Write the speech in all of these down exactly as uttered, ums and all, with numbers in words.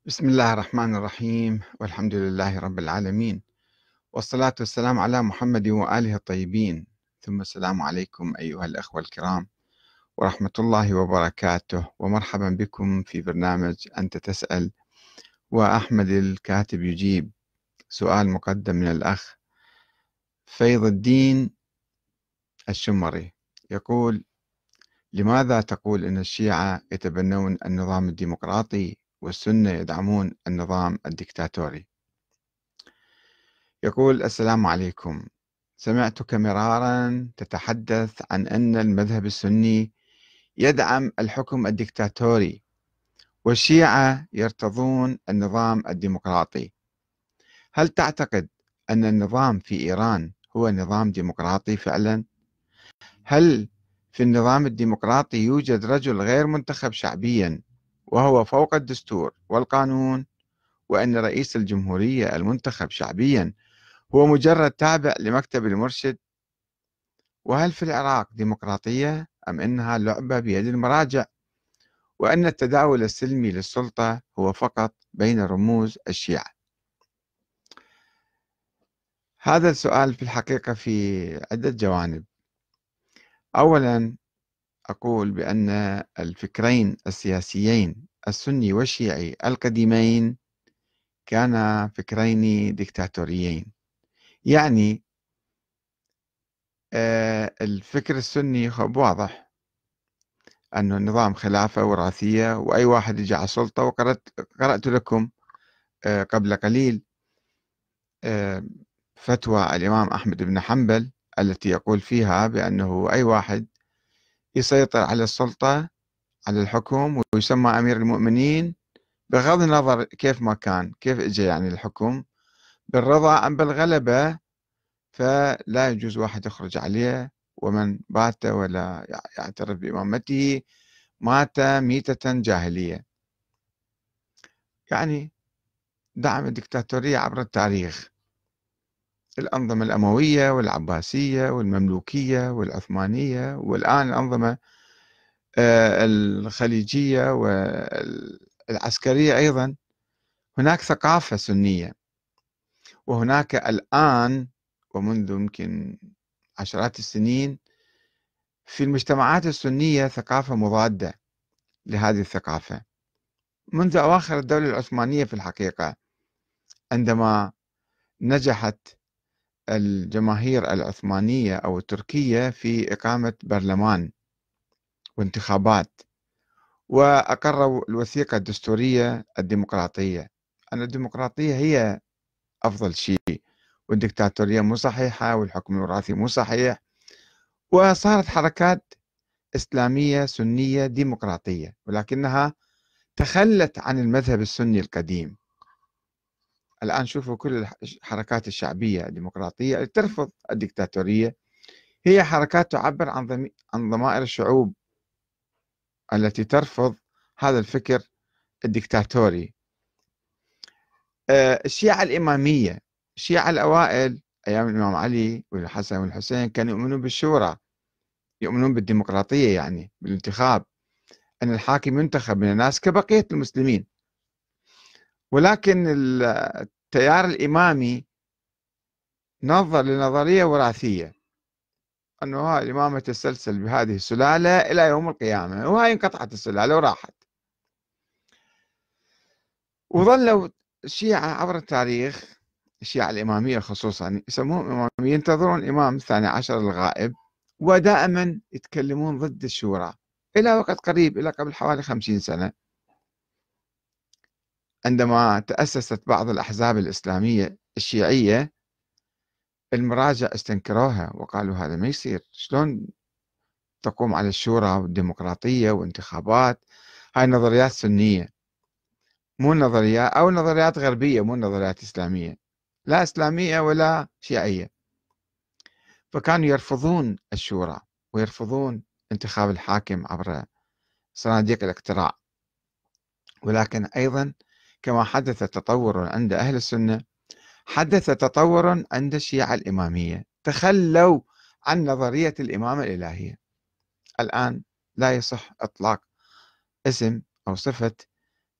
بسم الله الرحمن الرحيم والحمد لله رب العالمين، والصلاة والسلام على محمد وآله الطيبين، ثم السلام عليكم أيها الأخوة الكرام ورحمة الله وبركاته، ومرحبا بكم في برنامج أنت تسأل وأحمد الكاتب يجيب. سؤال مقدم من الأخ فيض الدين الشمري، يقول: لماذا تقول أن الشيعة يتبنون النظام الديمقراطي والسنة يدعمون النظام الدكتاتوري؟ يقول: السلام عليكم، سمعتك مرارا تتحدث عن أن المذهب السني يدعم الحكم الدكتاتوري والشيعة يرتضون النظام الديمقراطي. هل تعتقد أن النظام في إيران هو نظام ديمقراطي فعلا؟ هل في النظام الديمقراطي يوجد رجل غير منتخب شعبيا وهو فوق الدستور والقانون، وأن رئيس الجمهورية المنتخب شعبيا هو مجرد تابع لمكتب المرشد؟ وهل في العراق ديمقراطية أم أنها لعبة بيد المراجع، وأن التداول السلمي للسلطة هو فقط بين رموز الشيعة؟ هذا السؤال في الحقيقة في عدة جوانب. أولا، أقول بأن الفكرين السياسيين السني والشيعي القديمين كانا فكرين ديكتاتوريين. يعني آه، الفكر السني واضح أنه النظام خلافة وراثية، وأي واحد يجي على السلطة، وقرأت قرأت لكم آه، قبل قليل آه، فتوى الإمام أحمد بن حنبل التي يقول فيها بأنه أي واحد يسيطر على السلطة، على الحكم، ويسمى أمير المؤمنين بغض النظر كيف ما كان، كيف اجى يعني الحكم، بالرضا أم بالغلبة، فلا يجوز واحد يخرج عليه، ومن بات ولا يعترف بإمامته مات ميتة جاهلية. يعني دعم الدكتاتورية عبر التاريخ، الأنظمة الأموية والعباسية والمملوكية والعثمانية، والآن الأنظمة آه، الخليجية والعسكرية أيضا. هناك ثقافة سنية، وهناك الآن ومنذ يمكن عشرات السنين في المجتمعات السنية ثقافة مضادة لهذه الثقافة، منذ أواخر الدولة العثمانية في الحقيقة، عندما نجحت الجماهير العثمانية أو التركية في إقامة برلمان وانتخابات، وأقروا الوثيقة الدستورية الديمقراطية، أن الديمقراطية هي أفضل شيء، والدكتاتورية مو صحيحة، والحكم الوراثي مو صحيح. وصارت حركات إسلامية سنية ديمقراطية، ولكنها تخلت عن المذهب السني القديم. الآن شوفوا كل الحركات الشعبية الديمقراطية اللي ترفض الدكتاتورية هي حركات تعبر عن ضمي- عن ضمائر الشعوب التي ترفض هذا الفكر الدكتاتوري. آه، الشيعة الإمامية، الشيعة الأوائل أيام الإمام علي والحسن والحسين كانوا يؤمنون بالشورى، يؤمنون بالديمقراطية، يعني بالانتخاب، أن الحاكم ينتخب من الناس كبقية المسلمين. ولكن التيار الإمامي نظر لنظرية وراثية، أنه هاي الإمامة تتسلسل بهذه السلالة إلى يوم القيامة، وهاي انقطعت السلالة وراحت. وظلوا الشيعة عبر التاريخ، الشيعة الإمامية خصوصا، يسموهم إمامية، ينتظرون الإمام الثاني عشر الغائب، ودائما يتكلمون ضد الشورى إلى وقت قريب، إلى قبل حوالي خمسين سنة، عندما تأسست بعض الأحزاب الإسلامية الشيعية. المراجع استنكروها وقالوا هذا ما يصير، شلون تقوم على الشورى والديمقراطية وانتخابات؟ هاي نظريات سنية، مو نظريات، أو نظريات غربية، مو نظريات إسلامية، لا إسلامية ولا شيعية. فكانوا يرفضون الشورى ويرفضون انتخاب الحاكم عبر صناديق الاقتراع. ولكن أيضا كما حدث تطور عند أهل السنة، حدث تطور عند الشيعة الإمامية، تخلوا عن نظرية الإمامة الإلهية. الآن لا يصح إطلاق اسم أو صفة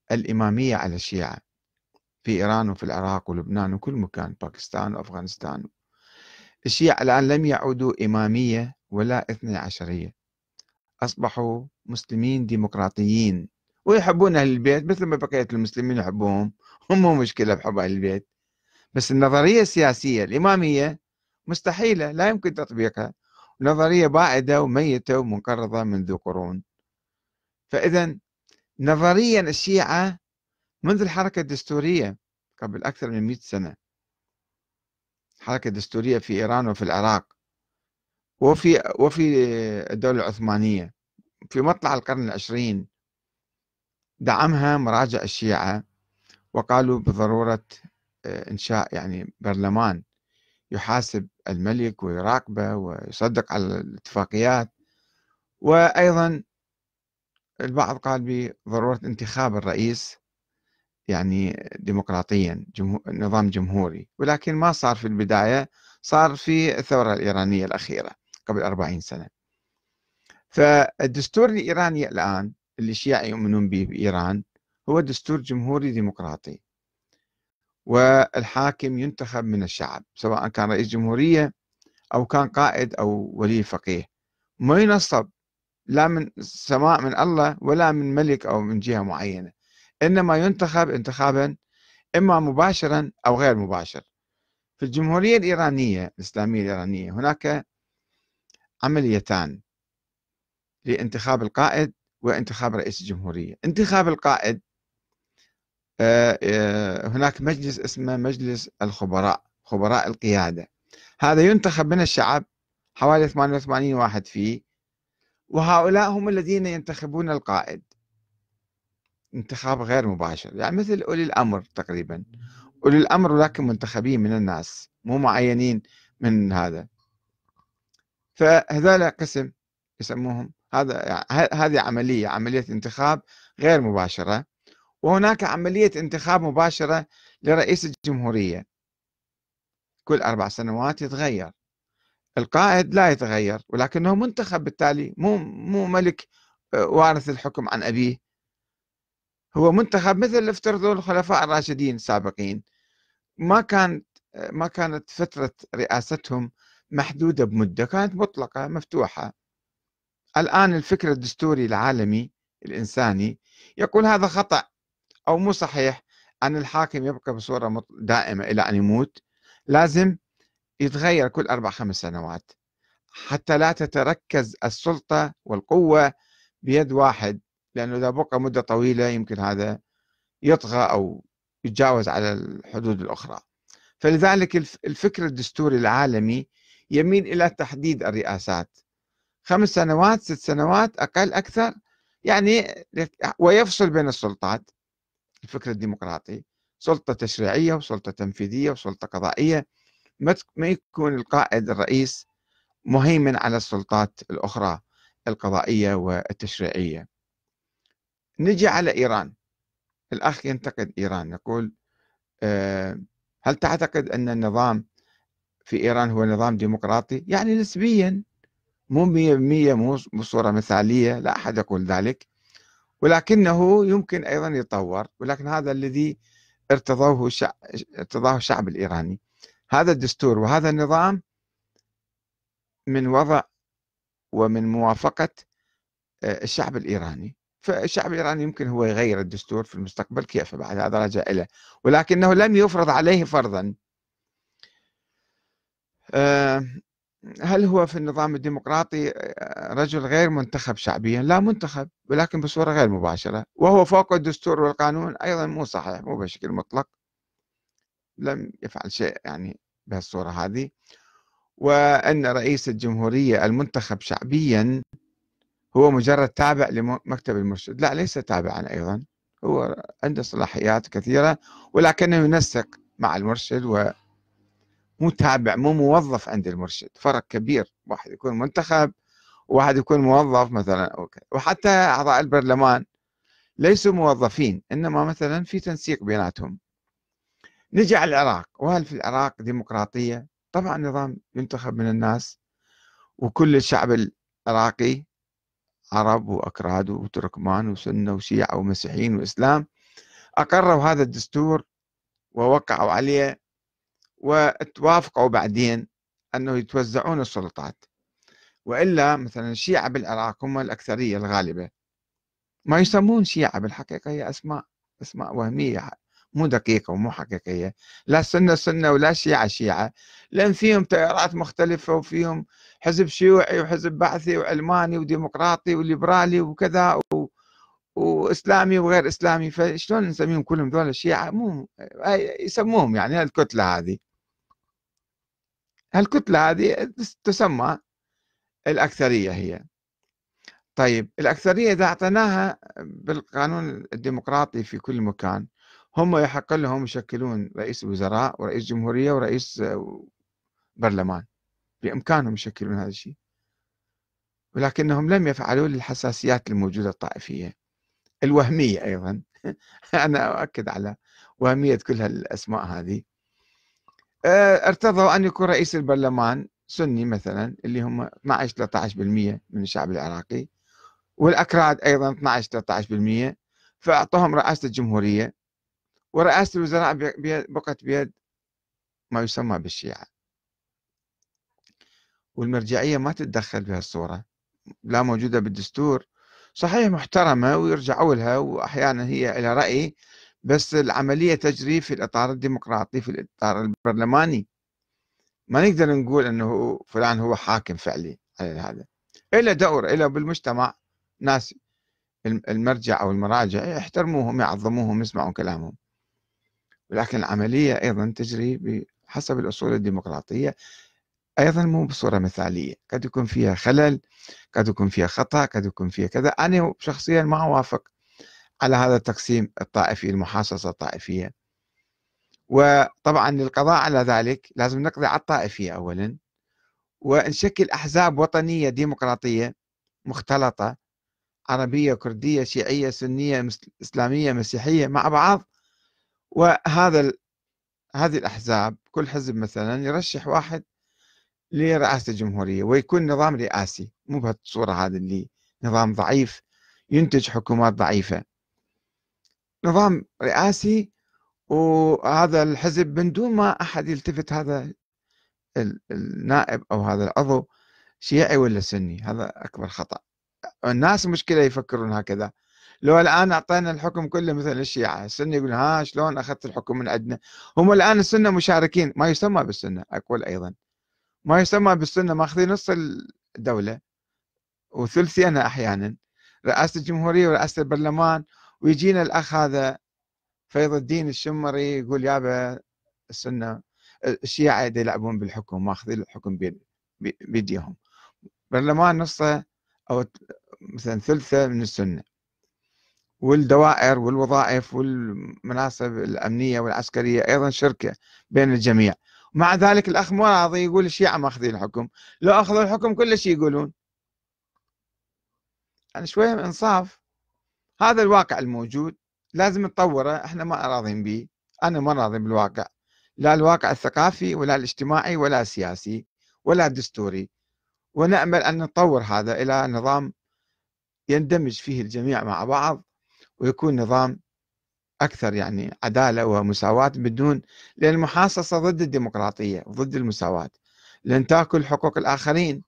الإمامية على الشيعة في إيران وفي العراق ولبنان وكل مكان، باكستان وأفغانستان. الشيعة الآن لم يعودوا إمامية ولا اثني عشرية، أصبحوا مسلمين ديمقراطيين ويحبون أهل البيت مثل ما بقية المسلمين يحبوهم. هم مو مشكلة بحب أهل البيت، بس النظرية السياسية الإمامية مستحيلة، لا يمكن تطبيقها، نظرية بائدة وميتة ومنقرضة منذ قرون. فإذا نظريا الشيعة منذ الحركة الدستورية قبل أكثر من مئة سنة، الحركة الدستورية في إيران وفي العراق وفي وفي الدولة العثمانية في مطلع القرن العشرين، دعمها مراجع الشيعة وقالوا بضرورة إنشاء يعني برلمان يحاسب الملك ويراقبه ويصدق على الاتفاقيات. وأيضا البعض قال بضرورة انتخاب الرئيس يعني ديمقراطيا، جمهور نظام جمهوري، ولكن ما صار في البداية، صار في الثورة الإيرانية الأخيرة قبل أربعين سنة. فالدستور الإيراني الآن اللي الشيعة يؤمنون به بإيران هو دستور جمهوري ديمقراطي، والحاكم ينتخب من الشعب سواء كان رئيس جمهورية أو كان قائد أو ولي فقيه، ما ينصب لا من سماء من الله ولا من ملك أو من جهة معينة، إنما ينتخب انتخابا إما مباشرا أو غير مباشر. في الجمهورية الإيرانية الإسلامية الإيرانية هناك عمليتان لانتخاب القائد وانتخاب رئيس الجمهورية. انتخاب القائد هناك مجلس اسمه مجلس الخبراء، خبراء القيادة، هذا ينتخب من الشعب حوالي ثمانية وثمانين واحد فيه، وهؤلاء هم الذين ينتخبون القائد انتخاب غير مباشر، يعني مثل أولي الأمر تقريبا، أولي الأمر ولكن منتخبين من الناس مو معينين من هذا. فهذول قسم يسموهم هذا، يعني هذه عملية عملية انتخاب غير مباشرة. وهناك عملية انتخاب مباشرة لرئيس الجمهورية، كل أربع سنوات يتغير القائد، لا يتغير ولكنه منتخب، بالتالي مو مو ملك وارث الحكم عن أبيه، هو منتخب مثل افترضوا الخلفاء الراشدين السابقين، ما كانت ما كانت فترة رئاستهم محدودة بمدة، كانت مطلقة مفتوحة. الآن الفكر الدستوري العالمي الإنساني يقول هذا خطأ أو مو صحيح أن الحاكم يبقى بصورة دائمة إلى أن يموت، لازم يتغير كل أربع خمس سنوات حتى لا تتركز السلطة والقوة بيد واحد، لأنه إذا بقى مدة طويلة يمكن هذا يطغى أو يتجاوز على الحدود الأخرى. فلذلك الفكر الدستوري العالمي يميل إلى تحديد الرئاسات خمس سنوات ست سنوات أقل أكثر، يعني ويفصل بين السلطات. الفكر الديمقراطي سلطة تشريعية وسلطة تنفيذية وسلطة قضائية، ما يكون القائد الرئيس مهيمن على السلطات الأخرى القضائية والتشريعية. نجي على إيران، الأخ ينتقد إيران يقول هل تعتقد أن النظام في إيران هو نظام ديمقراطي؟ يعني نسبيا، مو مية بالمية، مو بصورة مثالية، لا أحد يقول ذلك، ولكنه يمكن أيضا يتطور، ولكن هذا الذي ارتضوه الشعب، ارتضاه الشعب الإيراني، هذا الدستور وهذا النظام من وضع ومن موافقة الشعب الإيراني. فالشعب الإيراني يمكن هو يغير الدستور في المستقبل كيف بعد، هذا راجع إليه، ولكنه لم يفرض عليه فرضا. هل هو في النظام الديمقراطي رجل غير منتخب شعبيا؟ لا، منتخب ولكن بصورة غير مباشرة، وهو فوق الدستور والقانون أيضا، مو صحيح، مو بشكل مطلق، لم يفعل شيء يعني بهالصورة هذه. وأن رئيس الجمهورية المنتخب شعبيا هو مجرد تابع لمكتب المرشد، لا ليس تابعا أيضا، هو عنده صلاحيات كثيرة ولكنه ينسق مع المرشد ومو تابع، مو موظف عند المرشد، فرق كبير، واحد يكون منتخب وواحد يكون موظف مثلا أو كذا. وحتى أعضاء البرلمان ليسوا موظفين، إنما مثلا في تنسيق بيناتهم. نجي على العراق، وهل في العراق ديمقراطية؟ طبعا نظام ينتخب من الناس، وكل الشعب العراقي عرب وأكراد وتركمان وسنة وشيعة ومسيحيين وإسلام أقروا هذا الدستور ووقعوا عليه، وتوافقوا بعدين أنه يتوزعون السلطات. وإلا مثلا الشيعة بالعراق هم الأكثرية الغالبة، ما يسمون شيعة، بالحقيقة هي أسماء أسماء وهمية مو دقيقة ومو حقيقية. لا سنة سنة ولا شيعة شيعة، لأن فيهم تيارات مختلفة، وفيهم حزب شيوعي وحزب بعثي وعلماني وديمقراطي وليبرالي وكذا و... وإسلامي وغير إسلامي، فشلون نسميهم كلهم ذولا شيعة؟ مو يسموهم يعني الكتلة هذه، الكتلة هذه تسمى الأكثرية هي. طيب الأكثرية إذا أعطيناها بالقانون الديمقراطي في كل مكان، هم يحق لهم يشكلون رئيس وزراء ورئيس جمهورية ورئيس برلمان، بإمكانهم يشكلون هذا الشيء، ولكنهم لم يفعلوا للحساسيات الموجودة الطائفية الوهمية أيضا. أنا أؤكد على وهمية كل هالأسماء هذه. ارتضوا أن يكون رئيس البرلمان سني مثلا، اللي هم اثناشر ثلاثة عشر بالمئة من الشعب العراقي، والأكراد أيضا اثناشر ثلاثة عشر بالمئة، فأعطوهم رئاسة الجمهورية، ورئاسة الوزراء بقت بيد ما يسمى بالشيعة. والمرجعية ما تتدخل بهالصورة، لا موجودة بالدستور، صحيح محترمة ويرجعوا لها وأحيانا هي إلى رأي، بس العملية تجري في الإطار الديمقراطي، في الإطار البرلماني. ما نقدر نقول أنه فلان هو حاكم فعلي على هذا، إلا دور إلا بالمجتمع ناس المرجع أو المراجع يحترموهم يعظموهم يسمعوا كلامهم، ولكن العملية أيضا تجري بحسب الأصول الديمقراطية، أيضا مو بصورة مثالية، قد يكون فيها خلل، قد يكون فيها خطأ، قد يكون فيها كذا. أنا شخصيا ما أوافق على هذا التقسيم الطائفي، المحاصصة الطائفية. وطبعا للقضاء على ذلك لازم نقضي على الطائفية أولا، ونشكل أحزاب وطنية ديمقراطية مختلطة، عربية كردية شيعية سنية إسلامية مسيحية مع بعض. وهذا ال... هذه الأحزاب كل حزب مثلا يرشح واحد لرئاسة الجمهورية، ويكون نظام رئاسي، مو بهالصورة هذا اللي نظام ضعيف ينتج حكومات ضعيفة. نظام رئاسي، وهذا الحزب من دون ما أحد يلتفت هذا النائب أو هذا العضو شيعي ولا سني، هذا أكبر خطأ. الناس مشكلة يفكرون هكذا. لو الآن أعطينا الحكم كله مثل الشيعة، السنة يقول ها شلون أخذت الحكم من عندنا؟ هم الآن السنة مشاركين، ما يسمى بالسنة، أقول أيضا ما يسمى بالسنة، ماخذين نص الدولة وثلثينها أحيانا، رئاسة الجمهورية ورئاسة البرلمان. ويجينا الأخ هذا فيض الدين الشمري يقول يابا السنة الشيعة يلعبون بالحكم، ماخذين الحكم بيديهم، برلمان نصه أو مثلا ثلثه من السنة، والدوائر والوظائف والمناصب الأمنية والعسكرية أيضا شركة بين الجميع. مع ذلك الأخ مو راضي، يقول الشيعة ماخذين الحكم، لو أخذوا الحكم كل شيء يقولون. يعني شوية من إنصاف. هذا الواقع الموجود لازم نطوره، احنا ما راضين به، أنا ما راضي بالواقع، لا الواقع الثقافي ولا الاجتماعي ولا السياسي ولا الدستوري. ونأمل أن نطور هذا إلى نظام يندمج فيه الجميع مع بعض، ويكون نظام أكثر يعني عدالة ومساواة، بدون، لأن المحاصصة ضد الديمقراطية وضد المساواة، لأن تأكل حقوق الآخرين.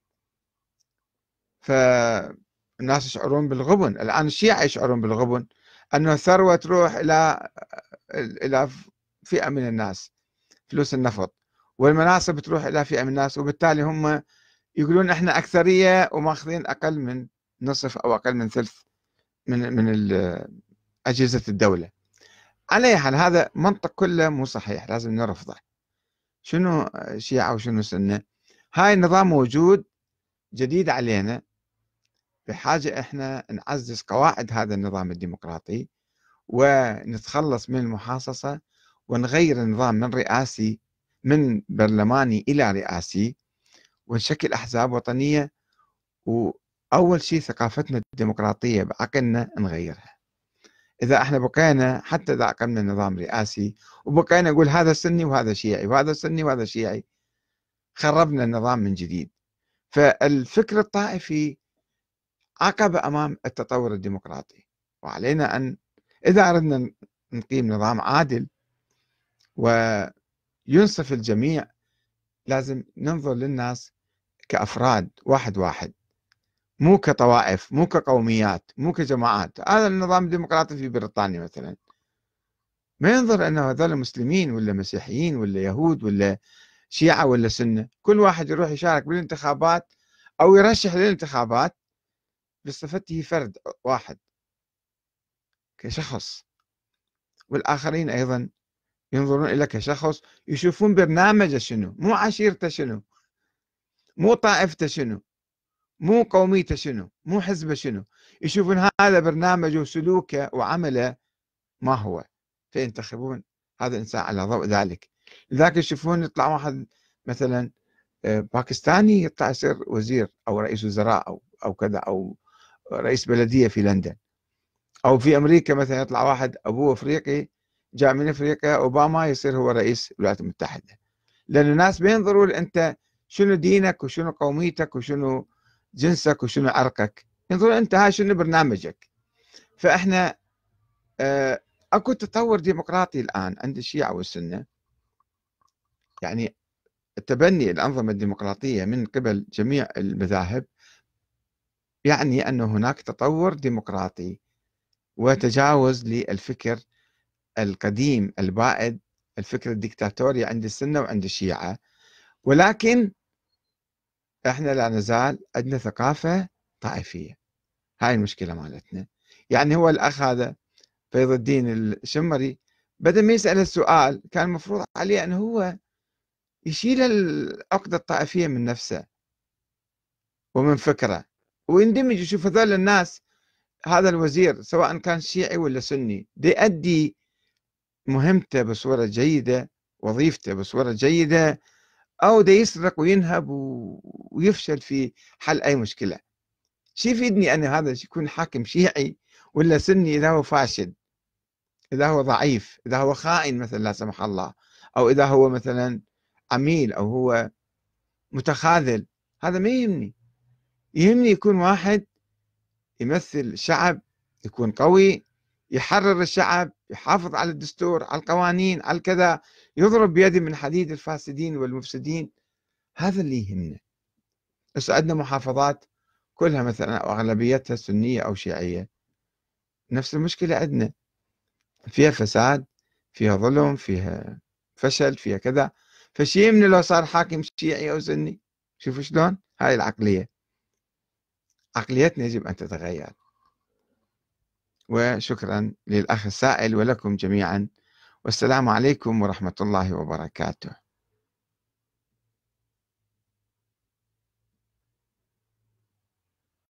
فالناس يشعرون بالغبن، الآن الشيعة يشعرون بالغبن، أنه الثروة تروح إلى إلى فئة من الناس، فلوس النفط، والمناصب تروح إلى فئة من الناس، وبالتالي هم يقولون إحنا أكثرية وماخذين أقل من نصف أو أقل من ثلث من من أجهزة الدولة. على أي حال هذا منطق كله مو صحيح، لازم نرفضه. شنو شيعة وشنو سنة؟ هاي النظام موجود جديد علينا، بحاجة إحنا نعزز قواعد هذا النظام الديمقراطي، ونتخلص من المحاصصة، ونغير النظام من رئاسي من برلماني إلى رئاسي، ونشكل أحزاب وطنية. وأول شيء ثقافتنا الديمقراطية بعقلنا نغيرها. إذا احنا بقينا حتى إذا أقمنا نظام رئاسي وبقينا نقول هذا سني وهذا شيعي وهذا سني وهذا شيعي، خربنا النظام من جديد. فالفكر الطائفي عقبة أمام التطور الديمقراطي، وعلينا أن إذا أردنا نقيم نظام عادل وينصف الجميع، لازم ننظر للناس كأفراد واحد واحد، مو كطوائف، مو كقوميات، مو كجماعات. هذا النظام الديمقراطي في بريطانيا مثلا، ما ينظر أنه هذول مسلمين ولا مسيحيين ولا يهود ولا شيعة ولا سنة، كل واحد يروح يشارك بالانتخابات أو يرشح للانتخابات بصفته فرد واحد كشخص، والآخرين أيضا ينظرون إليه كشخص، يشوفون برنامجه شنو، مو عشيرته شنو، مو طائفته شنو، مو قوميته شنو، مو حزبه شنو، يشوفون هذا برنامجه وسلوكه وعمله ما هو، فينتخبون هذا الإنسان على ضوء ذلك. لذلك يشوفون يطلع واحد مثلا آه، باكستاني يطلع يصير وزير أو رئيس وزراء أو أو كذا، أو رئيس بلدية في لندن. أو في أمريكا مثلا يطلع واحد أبوه أفريقي جاء من أفريقيا، أوباما يصير هو رئيس الولايات المتحدة. لأن الناس بينظروا أنت شنو دينك وشنو قوميتك وشنو جنسك وشنو عرقك، ينظروا أنت هاي شنو برنامجك. فإحنا آه، اكو تطور ديمقراطي الآن عند الشيعة والسنة، يعني تبني الأنظمة الديمقراطية من قبل جميع المذاهب يعني أن هناك تطور ديمقراطي وتجاوز للفكر القديم البائد، الفكر الدكتاتوري عند السنة وعند الشيعة. ولكن احنا لا نزال عندنا ثقافة طائفية، هاي المشكلة مالتنا. يعني هو الأخ هذا فيض الدين الشمري بدل ما يسأل السؤال كان المفروض عليه أنه هو يشيل العقدة الطائفية من نفسه ومن فكره ويندمج، يشوف هذول الناس، هذا الوزير سواء كان شيعي ولا سني دي يؤدي مهمته بصورة جيدة، وظيفته بصورة جيدة، أو دي يسرق وينهب ويفشل في حل أي مشكلة. شي يفيدني أن هذا يكون حاكم شيعي ولا سني إذا هو فاشل، إذا هو ضعيف، إذا هو خائن مثلا لا سمح الله، أو إذا هو مثلا عميل أو هو متخاذل. هذا ما يهمني، يهمني يكون واحد يمثل الشعب، يكون قوي، يحرر الشعب، يحافظ على الدستور، على القوانين، على الكذا، يضرب بيده من حديد الفاسدين والمفسدين. هذا اللي يهمنا. بس عندنا محافظات كلها مثلا أو أغلبيتها سنية أو شيعية، نفس المشكلة عندنا، فيها فساد، فيها ظلم، فيها فشل، فيها كذا. فشي يهمنا لو صار حاكم شيعي أو سني. شوفوا شلون هاي العقلية. عقليتنا يجب أن تتغير. وشكرا للأخ السائل ولكم جميعا، والسلام عليكم ورحمة الله وبركاته.